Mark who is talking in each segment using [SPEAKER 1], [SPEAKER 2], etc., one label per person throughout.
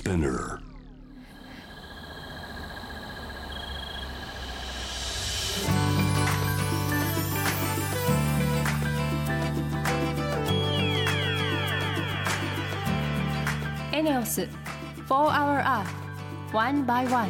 [SPEAKER 1] Spinner.
[SPEAKER 2] ENEOS 4-Hour Earth One by One。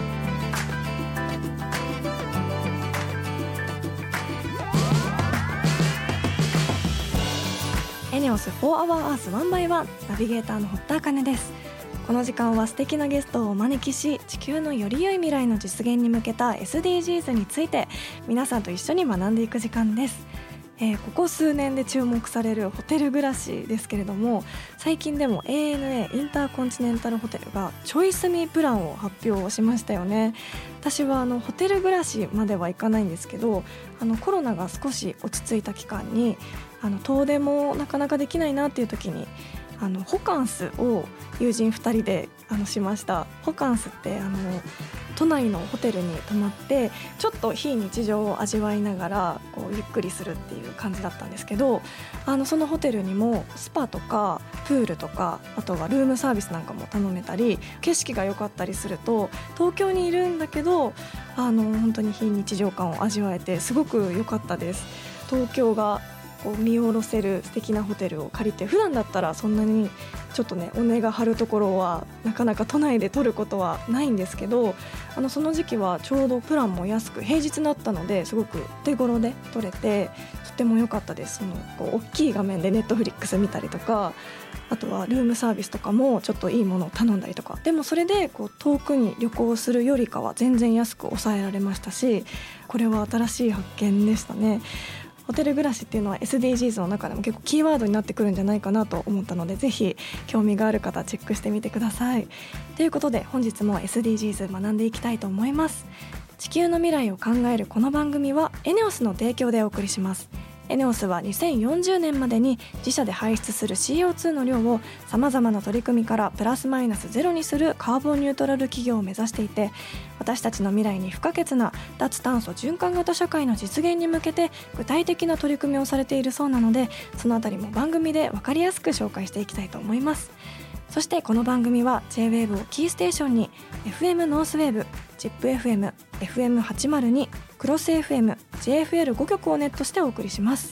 [SPEAKER 3] エネオス 4-Hour Earth One by One ナビゲーターの堀田茜です。この時間は素敵なゲストをお招きし、地球のより良い未来の実現に向けた SDGs について皆さんと一緒に学んでいく時間です。ここ数年で注目されるホテル暮らしですけれども、最近でも ANA インターコンチネンタルホテルがチョイスミープランを発表しましたよね。私はホテル暮らしまではいかないんですけど、コロナが少し落ち着いた期間に遠出もなかなかできないなっていう時にホカンスを友人2人でしました。ホカンスって都内のホテルに泊まってちょっと非日常を味わいながらこうゆっくりするっていう感じだったんですけど、そのホテルにもスパとかプールとか、あとはルームサービスなんかも頼めたり、景色が良かったりすると東京にいるんだけど本当に非日常感を味わえてすごく良かったです。東京がこう見下ろせる素敵なホテルを借りて、普段だったらそんなにちょっとねお値が張るところはなかなか都内で取ることはないんですけど、その時期はちょうどプランも安く平日だったので、すごく手頃で取れてとても良かったです。こう大きい画面でネットフリックス見たりとか、あとはルームサービスとかもちょっといいものを頼んだりとか、でもそれでこう遠くに旅行するよりかは全然安く抑えられましたし、これは新しい発見でしたね。ホテル暮らしっていうのは SDGs の中でも結構キーワードになってくるんじゃないかなと思ったので、ぜひ興味がある方チェックしてみてください。ということで本日も SDGs 学んでいきたいと思います。地球の未来を考えるこの番組はエネオスの提供でお送りします。エネオスは2040年までに自社で排出する CO2 の量をさまざまな取り組みからプラスマイナスゼロにするカーボンニュートラル企業を目指していて、私たちの未来に不可欠な脱炭素循環型社会の実現に向けて具体的な取り組みをされているそうなので、そのあたりも番組で分かりやすく紹介していきたいと思います。そしてこの番組は J-WAVE をキーステーションに FM ノースウェーブ、ZIPFM、FM802、クロス FM、JFL5 曲をネットしてお送りします。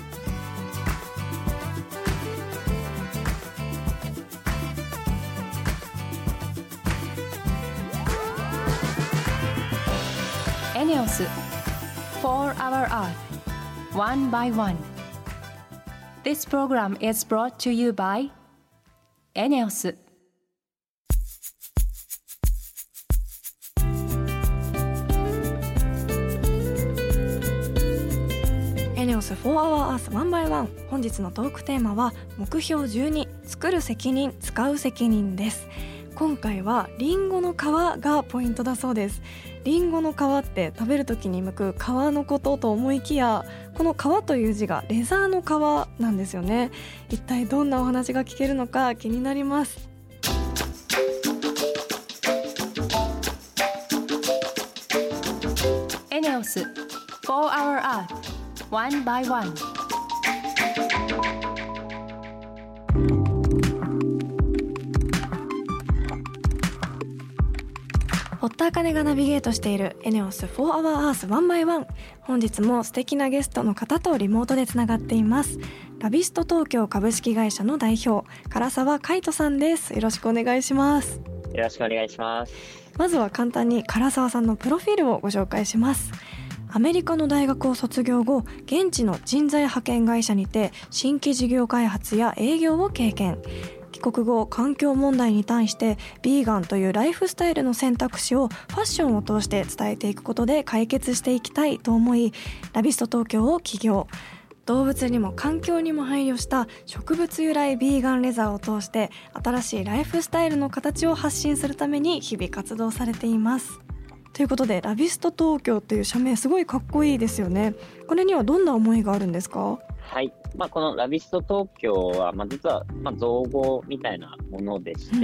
[SPEAKER 2] ENEOS 4-Hour Earth One by One。 This program is brought to you by ENEOS。
[SPEAKER 3] エネオス 4-Hour Earth One by One。 本日のトークテーマは目標12、作る責任使う責任です。今回はリンゴの皮がポイントだそうです。リンゴの皮って食べる時に剥く皮のことと思いきや、この皮という字がレザーの皮なんですよね。一体どんなお話が聞けるのか気になります。
[SPEAKER 2] エネオス 4-Hour Earth One by One。
[SPEAKER 3] 堀田茜がナビゲートしているエネオス 4-Hour Earth One by One。 本日も素敵なゲストの方とリモートでつながっています。ラビスト東京株式会社の代表、唐沢海人さんです。よろしくお願いします。
[SPEAKER 4] よろしくお願いします。
[SPEAKER 3] まずは簡単に唐沢さんのプロフィールをご紹介します。アメリカの大学を卒業後、現地の人材派遣会社にて新規事業開発や営業を経験。帰国後、環境問題に対してビーガンというライフスタイルの選択肢をファッションを通して伝えていくことで解決していきたいと思い、ラビスト東京を起業。動物にも環境にも配慮した植物由来ビーガンレザーを通して新しいライフスタイルの形を発信するために日々活動されています。ということで、ラビスト東京という社名すごいかっこいいですよね。これにはどんな思いがあるんですか？
[SPEAKER 4] はい。このラビスト東京は、実は、造語みたいなものでして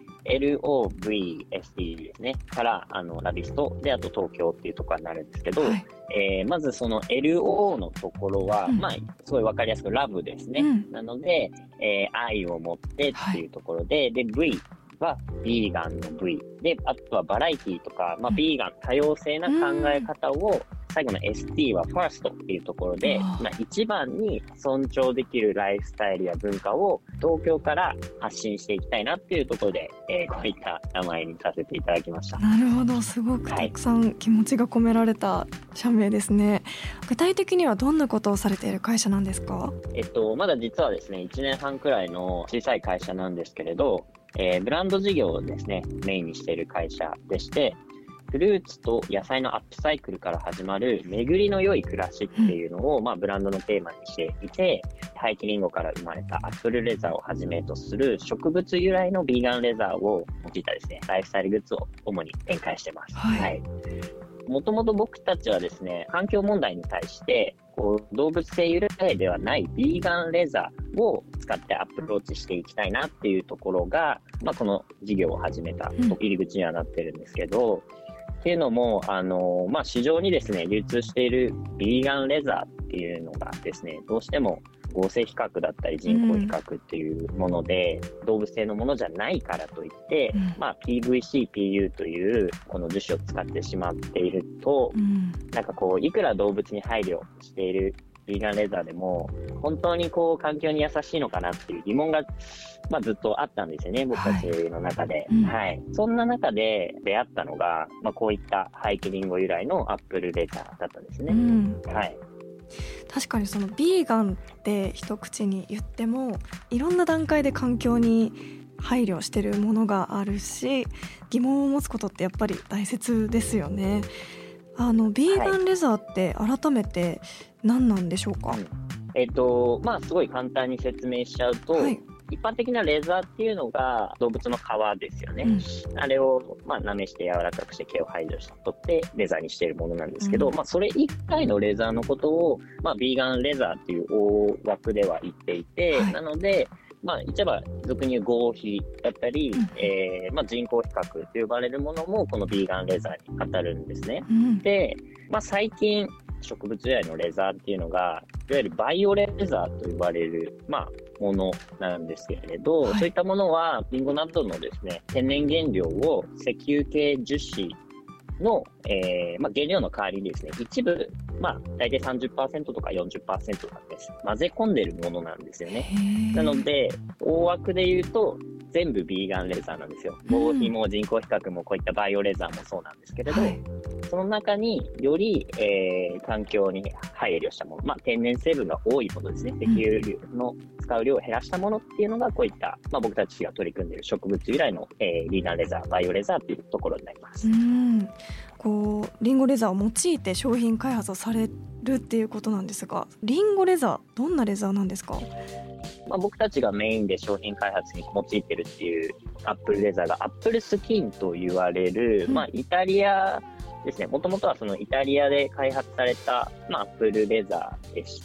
[SPEAKER 4] 、LOVST ですね。から、ラビストで、あと東京っていうところになるんですけど、はい、まずその LO のところは、すごいわかりやすくラブですね。なので、愛を持ってっていうところで、で、V はビーガンの V で、あとはバラエティとか、ビーガン多様性な考え方を、最後の ST はファーストっていうところで、一番に尊重できるライフスタイルや文化を東京から発信していきたいなっていうところで、こういった名前にさせていただきました。
[SPEAKER 3] なるほど、すごくたくさん気持ちが込められた社名ですね。具体的にはどんなことをされている会社なんですか？
[SPEAKER 4] まだ実はですね、1年半くらいの小さい会社なんですけれど、ブランド事業をですね、メインにしている会社でして、フルーツと野菜のアップサイクルから始まる巡りの良い暮らしっていうのを、ブランドのテーマにしていて、廃棄リンゴから生まれたアップルレザーをはじめとする植物由来のビーガンレザーを用いたですね、ライフスタイルグッズを主に展開しています。もともと僕たちはですね、環境問題に対して動物性由来ではないビーガンレザーを使ってアプローチしていきたいなっていうところが、この事業を始めた入り口にはなってるんですけど、っていうのも、市場にですね、流通しているビーガンレザーっていうのがですね、どうしても合成比較だったり人工比較っていうもので、動物性のものじゃないからといって、PVC、PU というこの樹脂を使ってしまっていると、いくら動物に配慮しているビーガンレザーでも、本当に環境に優しいのかなっていう疑問が、ずっとあったんですよね、僕たちの中で。そんな中で出会ったのが、こういった廃棄リンゴ由来のアップルレザーだったんですね。
[SPEAKER 3] 確かにそのビーガンって一口に言っても、いろんな段階で環境に配慮してるものがあるし、疑問を持つことってやっぱり大切ですよね。ビーガンレザーって改めて何なんでしょうか？
[SPEAKER 4] すごい簡単に説明しちゃうと、一般的なレザーっていうのが動物の皮ですよね。あれをなめして柔らかくして毛を排除して取ってレザーにしているものなんですけど、それ一回のレザーのことを、ビーガンレザーっていう大枠では言っていて、なので、言っちゃえば俗に言う合皮だったり、人工比較と呼ばれるものもこのビーガンレザーに当たるんですね。で、最近植物由来のレザーっていうのが、いわゆるバイオレザーと呼ばれる、ものなんですけれど、そういったものはリンゴなどのですね、天然原料を石油系樹脂の、原料の代わりにですね、一部、大体 30% とか 40% とかです。混ぜ込んでるものなんですよね。なので、大枠で言うと、全部ビーガンレザーなんですよ。合皮も人工比較もこういったバイオレザーもそうなんですけれど、その中により、環境に配慮したもの、天然成分が多いものですね。石油の使う量を減らしたものっていうのがこういった、僕たちが取り組んでいる植物由来の、ビーガンレザー、バイオレザーっていうところになります。
[SPEAKER 3] リンゴレザーを用いて商品開発をされるっていうことなんですが、リンゴレザー、どんなレザーなんですか？
[SPEAKER 4] 僕たちがメインで商品開発に用いてるっていうアップルレザーがアップルスキンと言われる、イタリアですね。もともとはそのイタリアで開発された、アップルレザーでして、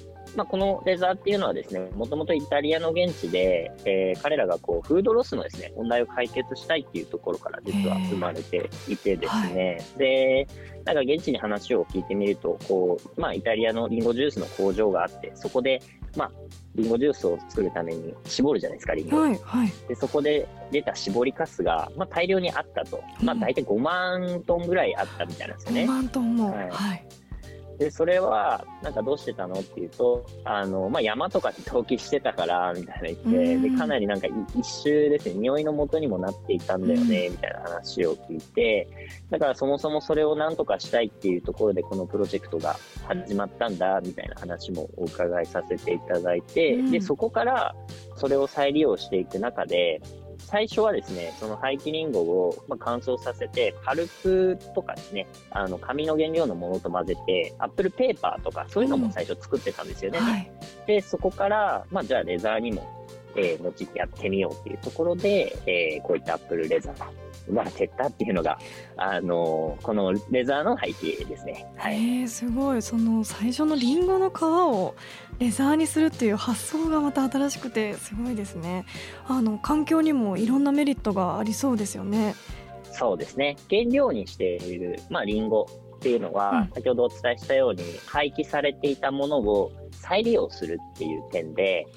[SPEAKER 4] このレザーっていうのはですね、もともとイタリアの現地で、彼らがフードロスのですね、問題を解決したいっていうところから実は生まれていてですね、で、現地に話を聞いてみると、イタリアのリンゴジュースの工場があって、そこで、リンゴジュースを作るために絞るじゃないですか、リンゴ。で、そこで出た絞りかすが、大量にあったと。大体5万トンぐらいあったみたいなんですよね。
[SPEAKER 3] 5万トンも。
[SPEAKER 4] で、それは、どうしてたのっていうと、山とかに投棄してたから、みたいな言って、で、かなり一周ですね、匂いの元にもなっていたんだよね、みたいな話を聞いて、だからそもそもそれを何とかしたいっていうところで、このプロジェクトが始まったんだ、みたいな話もお伺いさせていただいて、で、そこから、それを再利用していく中で、最初はですね、その廃棄リンゴを乾燥させて、パルプとかですね、紙の原料のものと混ぜて、アップルペーパーとか、そういうのも最初作ってたんですよね。で、そこから、じゃあレザーにも、用いてやってみようっていうところで、こういったアップルレザーが生まれてったっていうのが、このレザーの背景ですね。
[SPEAKER 3] すごい。その最初のリンゴの皮をレザーにするっていう発想がまた新しくてすごいですね。環境にもいろんなメリットがありそうですよね。
[SPEAKER 4] そうですね。原料にしている、リンゴっていうのは、先ほどお伝えしたように廃棄されていたものを再利用するっていう点で、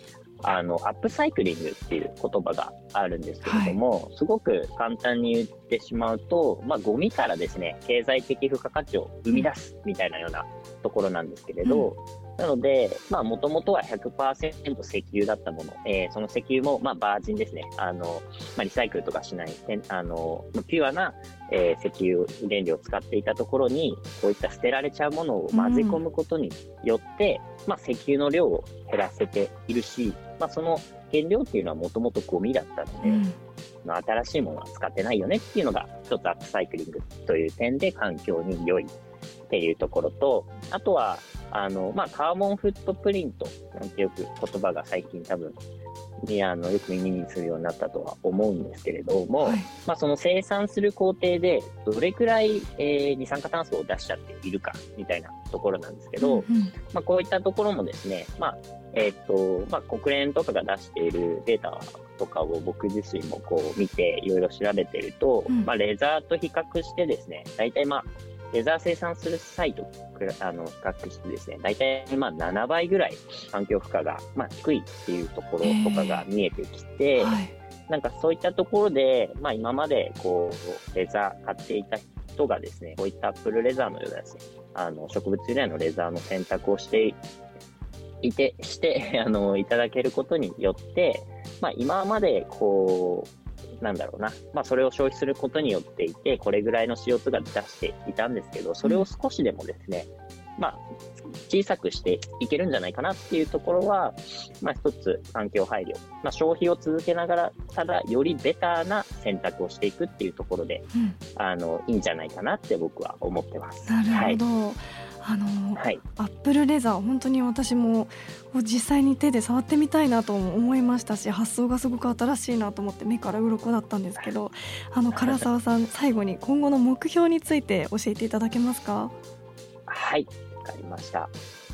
[SPEAKER 4] アップサイクリングっていう言葉があるんですけれども、すごく簡単に言ってしまうと、ゴミからですね、経済的付加価値を生み出すみたいなようなところなんですけれど、なので、もともとは 100% 石油だったもの、その石油も、バージンですね、リサイクルとかしない、ピュアな、石油原料を使っていたところに、こういった捨てられちゃうものを混ぜ込むことによって、石油の量を減らせているし、その原料っていうのはもともとゴミだったので、新しいものは使ってないよねっていうのが、一つアップサイクリングという点で環境に良いっていうところと、あとは、カーボンフットプリントなんてよく言葉が最近多分、よく耳にするようになったとは思うんですけれども、その生産する工程でどれくらい、二酸化炭素を出しちゃっているかみたいなところなんですけど、こういったところもですね、国連とかが出しているデータとかを僕自身もこう見ていろいろ調べていると、レザーと比較してですね、大体レザー生産する際と比較してですね、大体7倍ぐらい環境負荷が低いっていうところとかが見えてきて、なんかそういったところで、今までこうレザー買っていた人がですね、こういったアップルレザーのようなですね、植物由来のレザーの選択をしていただけることによって、今までこうそれを消費することによっていて、これぐらいの CO2 が出していたんですけど、それを少しでもですね、小さくしていけるんじゃないかなっていうところは、一つ環境配慮、消費を続けながら、ただよりベターな選択をしていくっていうところで、いいんじゃないかなって僕は思ってます。
[SPEAKER 3] なるほど。アップルレザー、本当に私も実際に手で触ってみたいなと思いましたし、発想がすごく新しいなと思って目から鱗だったんですけど、唐沢さん、最後に今後の目標について教えていただけますか？
[SPEAKER 4] はい、わかりました。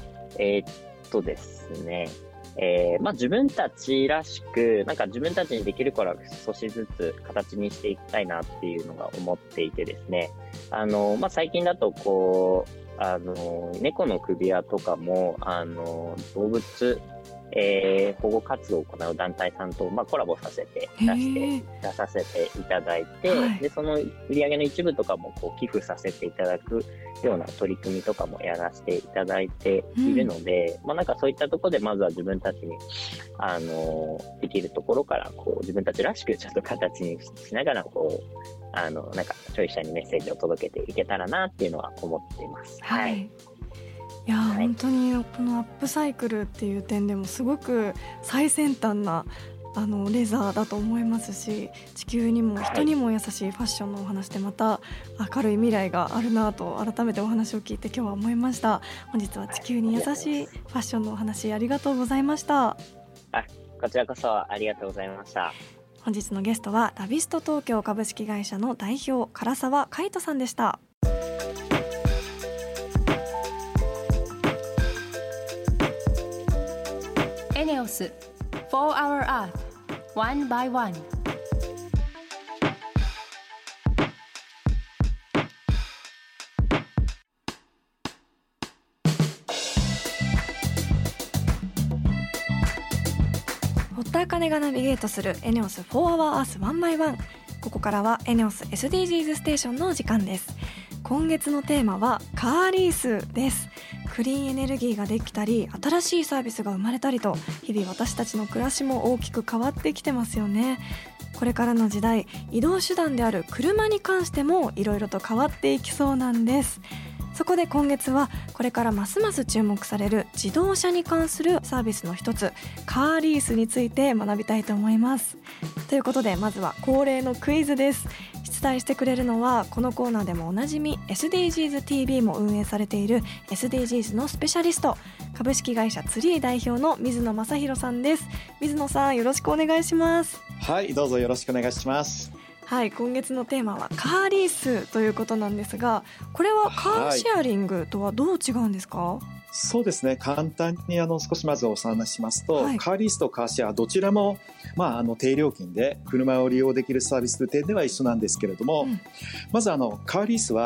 [SPEAKER 4] ですね、自分たちらしく、自分たちにできるから少しずつ形にしていきたいなっていうのが思っていてですね、最近だとこう、猫の首輪とかも、動物、保護活動を行う団体さんと、コラボさせて出させていただいて、で、その売り上げの一部とかもこう寄付させていただくような取り組みとかもやらせていただいているので、そういったところでまずは自分たちに、できるところから、こう、自分たちらしくちょっと形にしながら、こう、消費者にメッセージを届けていけたらなっていうのは思っています。
[SPEAKER 3] いや、本当にこのアップサイクルっていう点でもすごく最先端なレザーだと思いますし、地球にも人にも優しいファッションのお話でまた明るい未来があるなと改めてお話を聞いて今日は思いました。本日は地球に優しいファッションのお話ありがとうございました。
[SPEAKER 4] こちらこそありがとうございました。
[SPEAKER 3] 本日のゲストはラビスト東京株式会社の代表、唐沢海人さんでした。
[SPEAKER 2] エネオス For Our Earth One by One。
[SPEAKER 3] 堀田茜がナビゲートするエネオス For Our Earth One by One。ここからはエネオス SDGs ステーションのお時間です。今月のテーマはカーリースです。クリーンエネルギーができたり、新しいサービスが生まれたりと、日々私たちの暮らしも大きく変わってきてますよね。これからの時代、移動手段である車に関してもいろいろと変わっていきそうなんです。そこで今月はこれからますます注目される自動車に関するサービスの一つ、カーリースについて学びたいと思います。ということで、まずは恒例のクイズです。出題してくれるのはこのコーナーでもおなじみ SDGs TV も運営されている SDGs のスペシャリスト、株式会社ツリー代表の水野正弘さんです。水野さん、よろしくお願いします。
[SPEAKER 1] はい、どうぞよろしくお願いします。
[SPEAKER 3] はい、今月のテーマはカーリースということなんですが、これはカーシェアリングとはどう違うんですか？
[SPEAKER 1] そうですね、簡単に少しまずお話ししますと、カーリースとカーシェアどちらも、低料金で車を利用できるサービスという点では一緒なんですけれども、まずカーリースは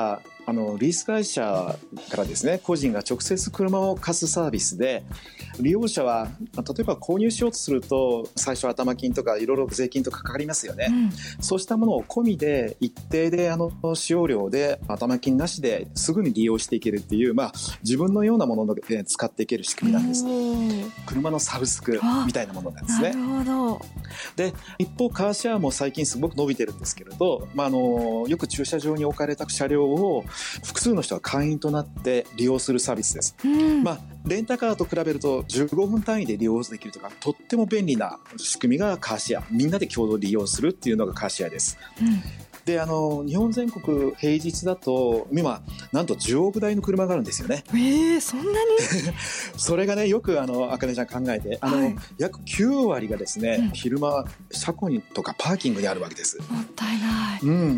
[SPEAKER 1] リース会社からですね、個人が直接車を貸すサービスで、利用者は例えば購入しようとすると最初頭金とかいろいろ税金とかかかりますよね、そうしたものを込みで一定で使用料で頭金なしですぐに利用していけるっていう、自分のようなもので使っていける仕組みなんです。車のサブスクみたいなものなんですね。
[SPEAKER 3] なるほど。
[SPEAKER 1] で一方カーシェアも最近すごく伸びてるんですけれど、よく駐車場に置かれた車両を複数の人が会員となって利用するサービスです、レンタカーと比べると15分単位で利用できるとか、とっても便利な仕組みがカーシェア、みんなで共同利用するっていうのがカーシェアです、で日本全国平日だと今なんと10億台の車があるんですよね。
[SPEAKER 3] そんなに
[SPEAKER 1] それがね、よくあかねちゃん考えて約9割がですね、昼間車庫にとかパーキングにあるわけです。
[SPEAKER 3] もったいない、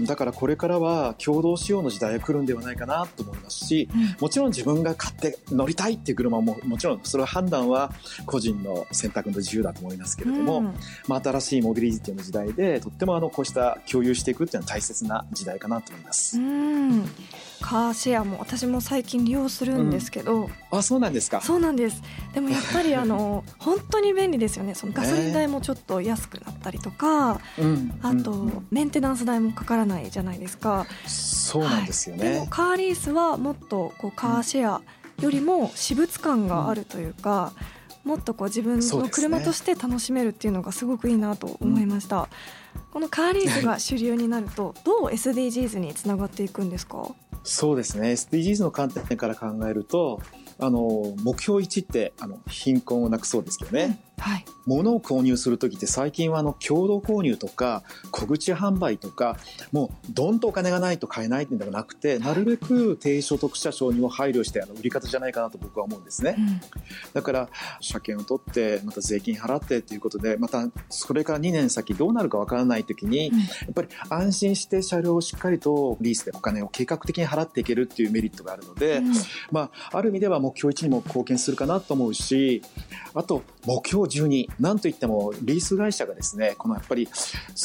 [SPEAKER 1] だからこれからは共同使用の時代が来るんではないかなと思いますし、もちろん自分が買って乗りたいっていう車ももちろんそれは判断は個人の選択の自由だと思いますけれども、新しいモビリティの時代でとってもこうした共有していくっていうのは大切な時代かなと思います。
[SPEAKER 3] カーシェアも私も最近利用するんですけど、
[SPEAKER 1] そうなんですか。
[SPEAKER 3] そうなんです。でもやっぱり本当に便利ですよね。そのガソリン代もちょっと安くなったりとか、あとメンテナンス代もかからないじゃないですか。
[SPEAKER 1] そうなんですよね、
[SPEAKER 3] でもカーリースはもっとカーシェアよりも私物感があるというか、もっと自分の車として楽しめるっていうのがすごくいいなと思いました、このカーリースが主流になるとどう SDGs につながっていくんですか？
[SPEAKER 1] そうですね、 SDGs の観点から考えると目標1って貧困をなくそうですけどね、物を購入するときって最近は共同購入とか小口販売とか、もうどんとお金がないと買えないっていうのではなくて、なるべく低所得者層にも配慮して売り方じゃないかなと僕は思うんですね、だから車検を取ってまた税金払ってっていうことで、またそれから2年先どうなるかわからないときに、やっぱり安心して車両をしっかりとリースでお金を計画的に払っていけるっていうメリットがあるので、ある意味では目標1にも貢献するかなと思うし、あと目標12、なんといってもリース会社がですね、このやっぱり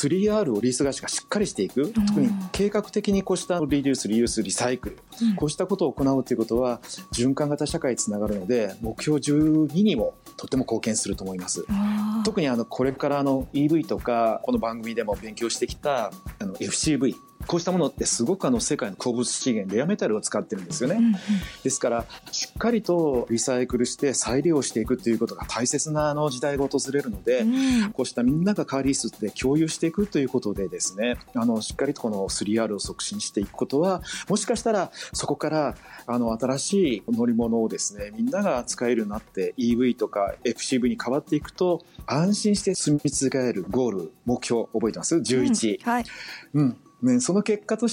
[SPEAKER 1] 3R をリース会社がしっかりしていく、特に計画的にこうしたリデュース、リユース、リサイクル、こうしたことを行うということは循環型社会につながるので、目標12にもとても貢献すると思います。特にこれからEV とかこの番組でも勉強してきたFCV、こうしたものってすごく世界の鉱物資源レアメタルを使ってるんですよね、ですからしっかりとリサイクルして再利用していくということが大切な時代が訪れるので、こうしたみんながカーリースで共有していくということでですね、しっかりとこの 3R を促進していくことは、もしかしたらそこから新しい乗り物をですね、みんなが使えるようになって EV とか FCV に変わっていくと、安心して住み続けるゴール、目標覚えてます？ 11、その結果として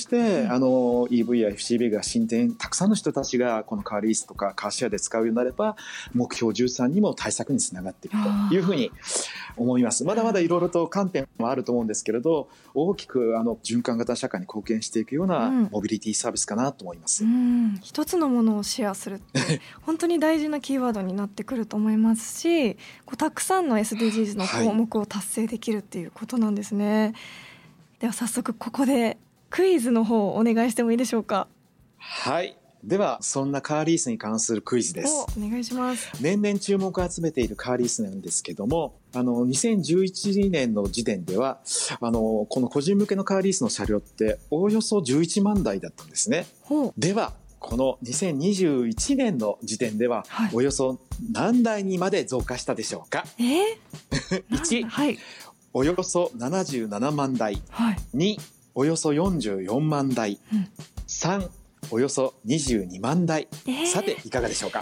[SPEAKER 1] 、EV や FCV が進展、たくさんの人たちがこのカーリースとかカーシェアで使うようになれば、目標13にも対策につながっていくというふうに思います。まだまだいろいろと観点はあると思うんですけれど、大きく循環型社会に貢献していくようなモビリティサービスかなと思います。
[SPEAKER 3] 一つのものをシェアするって本当に大事なキーワードになってくると思いますし、たくさんの SDGs の項目を達成できるっていうことなんですね。では早速ここでクイズの方をお願いしてもいいでしょうか？
[SPEAKER 1] はい、ではそんなカーリースに関するクイズです。
[SPEAKER 3] お願いします。
[SPEAKER 1] 年々注目を集めているカーリースなんですけども、2011年の時点ではこの個人向けのカーリースの車両っておおよそ11万台だったんですね。ではこの2021年の時点ではおよそ何台にまで増加したでしょうか？1、およそ77万台、2、およそ44万台、3、およそ22万台、さていかがでしょうか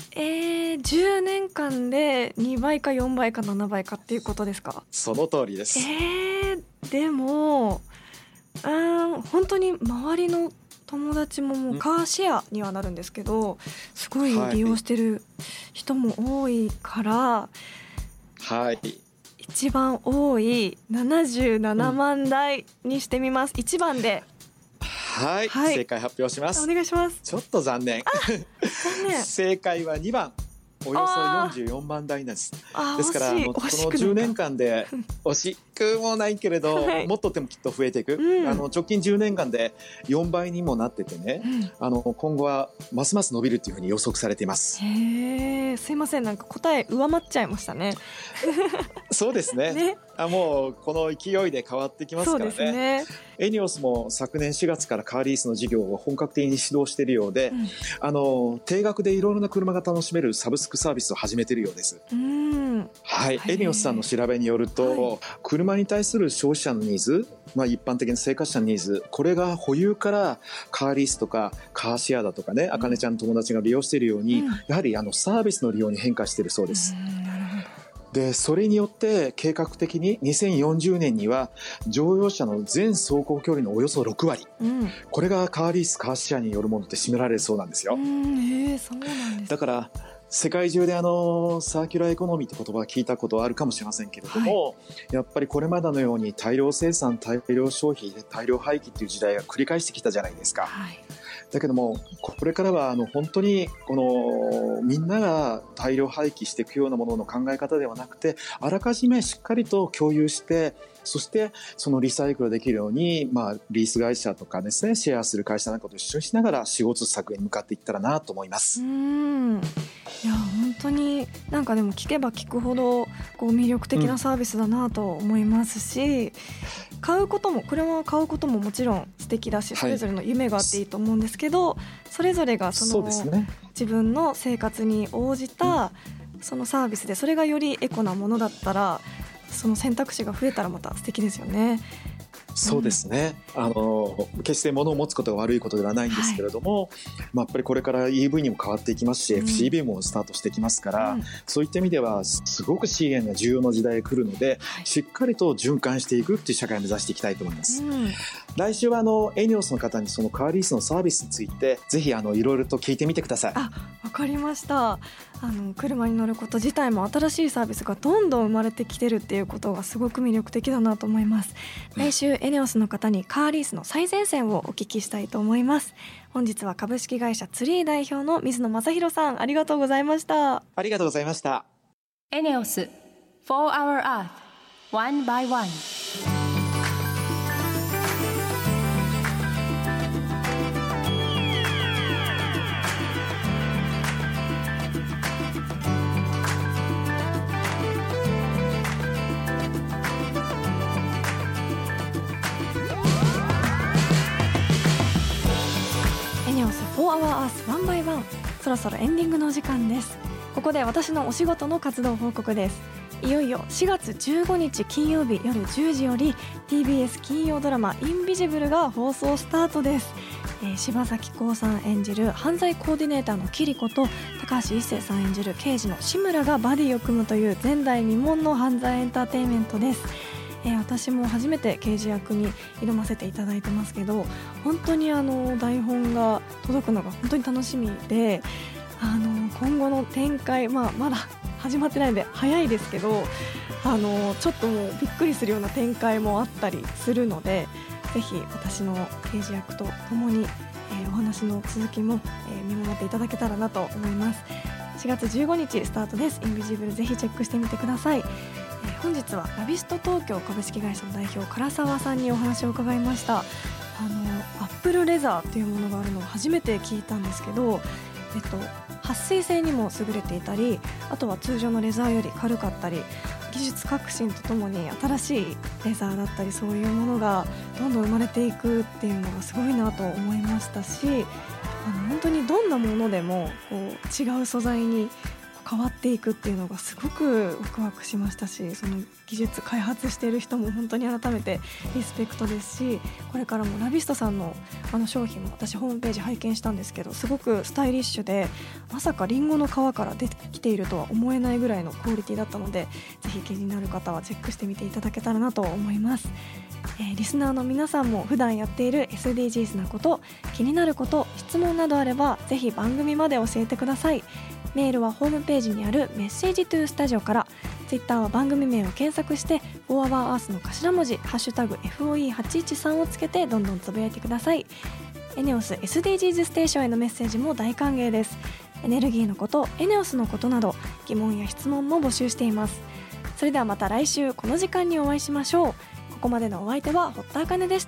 [SPEAKER 3] ？10年間で2倍か4倍か7倍かっていうことですか？
[SPEAKER 1] その通りです。
[SPEAKER 3] でも本当に周りの友達ももうカーシェアにはなるんですけど、すごい利用してる人も多いから、一番多い77万台にしてみます。1番で。
[SPEAKER 1] 正解発表します。
[SPEAKER 3] お願いします。
[SPEAKER 1] ちょっと残念。正解は2番およそ44万台なんです。ですからこの10年間で惜しくもないけれど、はい、もっとでもきっと増えていく、直近10年間で4倍にもなっててね、今後はますます伸びるというふうに予測されています。
[SPEAKER 3] へー、すいません、なんか答え上回っちゃいましたね。
[SPEAKER 1] そうですね。もうこの勢いで変わってきますから
[SPEAKER 3] そうですね。
[SPEAKER 1] エニオスも昨年4月からカーリースの事業を本格的に始動しているようで、定額でいろいろな車が楽しめるサブスクサービスを始めているようです。はい、エニオスさんの調べによると、車に対する消費者のニーズ、一般的な生活者のニーズ、これが保有からカーリースとかカーシェアだとかね、あかねちゃんの友達が利用しているように、やはりサービスの利用に変化しているそうです。でそれによって計画的に2040年には乗用車の全走行距離のおよそ6割、これがカーリースカーシェアによるものって占められるそうなんですよ。
[SPEAKER 3] そうなんです。
[SPEAKER 1] だから世界中でサーキュラーエコノミーって言葉を聞いたことはあるかもしれませんけれども、やっぱりこれまでのように大量生産、大量消費、大量廃棄っていう時代が繰り返してきたじゃないですか。だけどもこれからは本当にみんなが大量廃棄していくようなものの考え方ではなくて、あらかじめしっかりと共有して、そしてそのリサイクルできるように、リース会社とかですね、シェアする会社なんかと一緒にしながら CO2 削減に向かっていったらなと思います。
[SPEAKER 3] いや本当になんかでも聞けば聞くほど魅力的なサービスだなと思いますし、車を買うことももちろん素敵だし、それぞれの夢があっていいと思うんですけど、それぞれが自分の生活に応じたそのサービスで、それがよりエコなものだったら、その選択肢が増えたらまた素敵ですよね。
[SPEAKER 1] そうですね、決して物を持つことが悪いことではないんですけれども、やっぱりこれから EV にも変わっていきますし、FCV もスタートしてきますから、そういった意味ではすごく資源が重要な時代が来るので、しっかりと循環していくっていう社会を目指していきたいと思います。来週はエニオスの方にそのカーリースのサービスについてぜひいろいろと聞いてみてください。
[SPEAKER 3] わかりました。車に乗ること自体も新しいサービスがどんどん生まれてきてるっていうことがすごく魅力的だなと思います。来週エネオスの方にカーリースの最前線をお聞きしたいと思います。本日は株式会社ツリー代表の水野正弘さん、ありがとうございました。
[SPEAKER 1] ありがとうございました。
[SPEAKER 2] エネオス For Our Earth One by One。
[SPEAKER 3] 4 Hour Earth One by One、そろそろエンディングのお時間です。ここで私のお仕事の活動報告です。いよいよ4月15日金曜日夜10時より TBS 金曜ドラマインビジブルが放送スタートです。柴咲コウさん演じる犯罪コーディネーターのキリコと高橋一生さん演じる刑事の志村がバディを組むという前代未聞の犯罪エンターテインメントです。私も初めて刑事役に挑ませていただいてますけど、本当に台本が届くのが本当に楽しみで、今後の展開、まだ始まってないので早いですけど、ちょっともうびっくりするような展開もあったりするので、ぜひ私の刑事役とともに、お話の続きも、見守っていただけたらなと思います。4月15日スタートです。インビジブルぜひチェックしてみてください。本日はラビスト東京株式会社の代表唐沢さんにお話を伺いました。アップルレザーというものがあるのを初めて聞いたんですけど、撥水性にも優れていたり、あとは通常のレザーより軽かったり、技術革新とともに新しいレザーだったり、そういうものがどんどん生まれていくっていうのがすごいなと思いましたし、本当にどんなものでも違う素材に変わっていくっていうのがすごくワクワクしましたし、その技術開発している人も本当に改めてリスペクトですし、これからもラビストさんの商品も私ホームページ拝見したんですけど、すごくスタイリッシュで、まさかリンゴの皮から出てきているとは思えないぐらいのクオリティだったので、ぜひ気になる方はチェックしてみていただけたらなと思います。リスナーの皆さんも普段やっている SDGs なこと、気になること、質問などあればぜひ番組まで教えてください。メールはホームページにあるメッセージトゥースタジオから、ツイッターは番組名を検索して For Our Earth の頭文字ハッシュタグ FOE813 をつけてどんどんつぶやいてください。エネオス SDGs ステーションへのメッセージも大歓迎です。 エネルギーのこと、エネオスのことなど疑問や質問も募集しています。それではまた来週この時間にお会いしましょう。ここまでのお相手は堀田茜でした。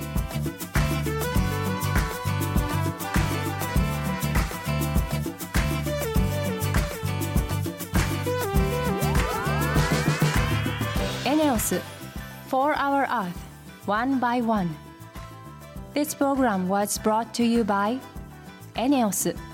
[SPEAKER 2] エネオス For Our Earth One by One. This program was brought to you by エネオス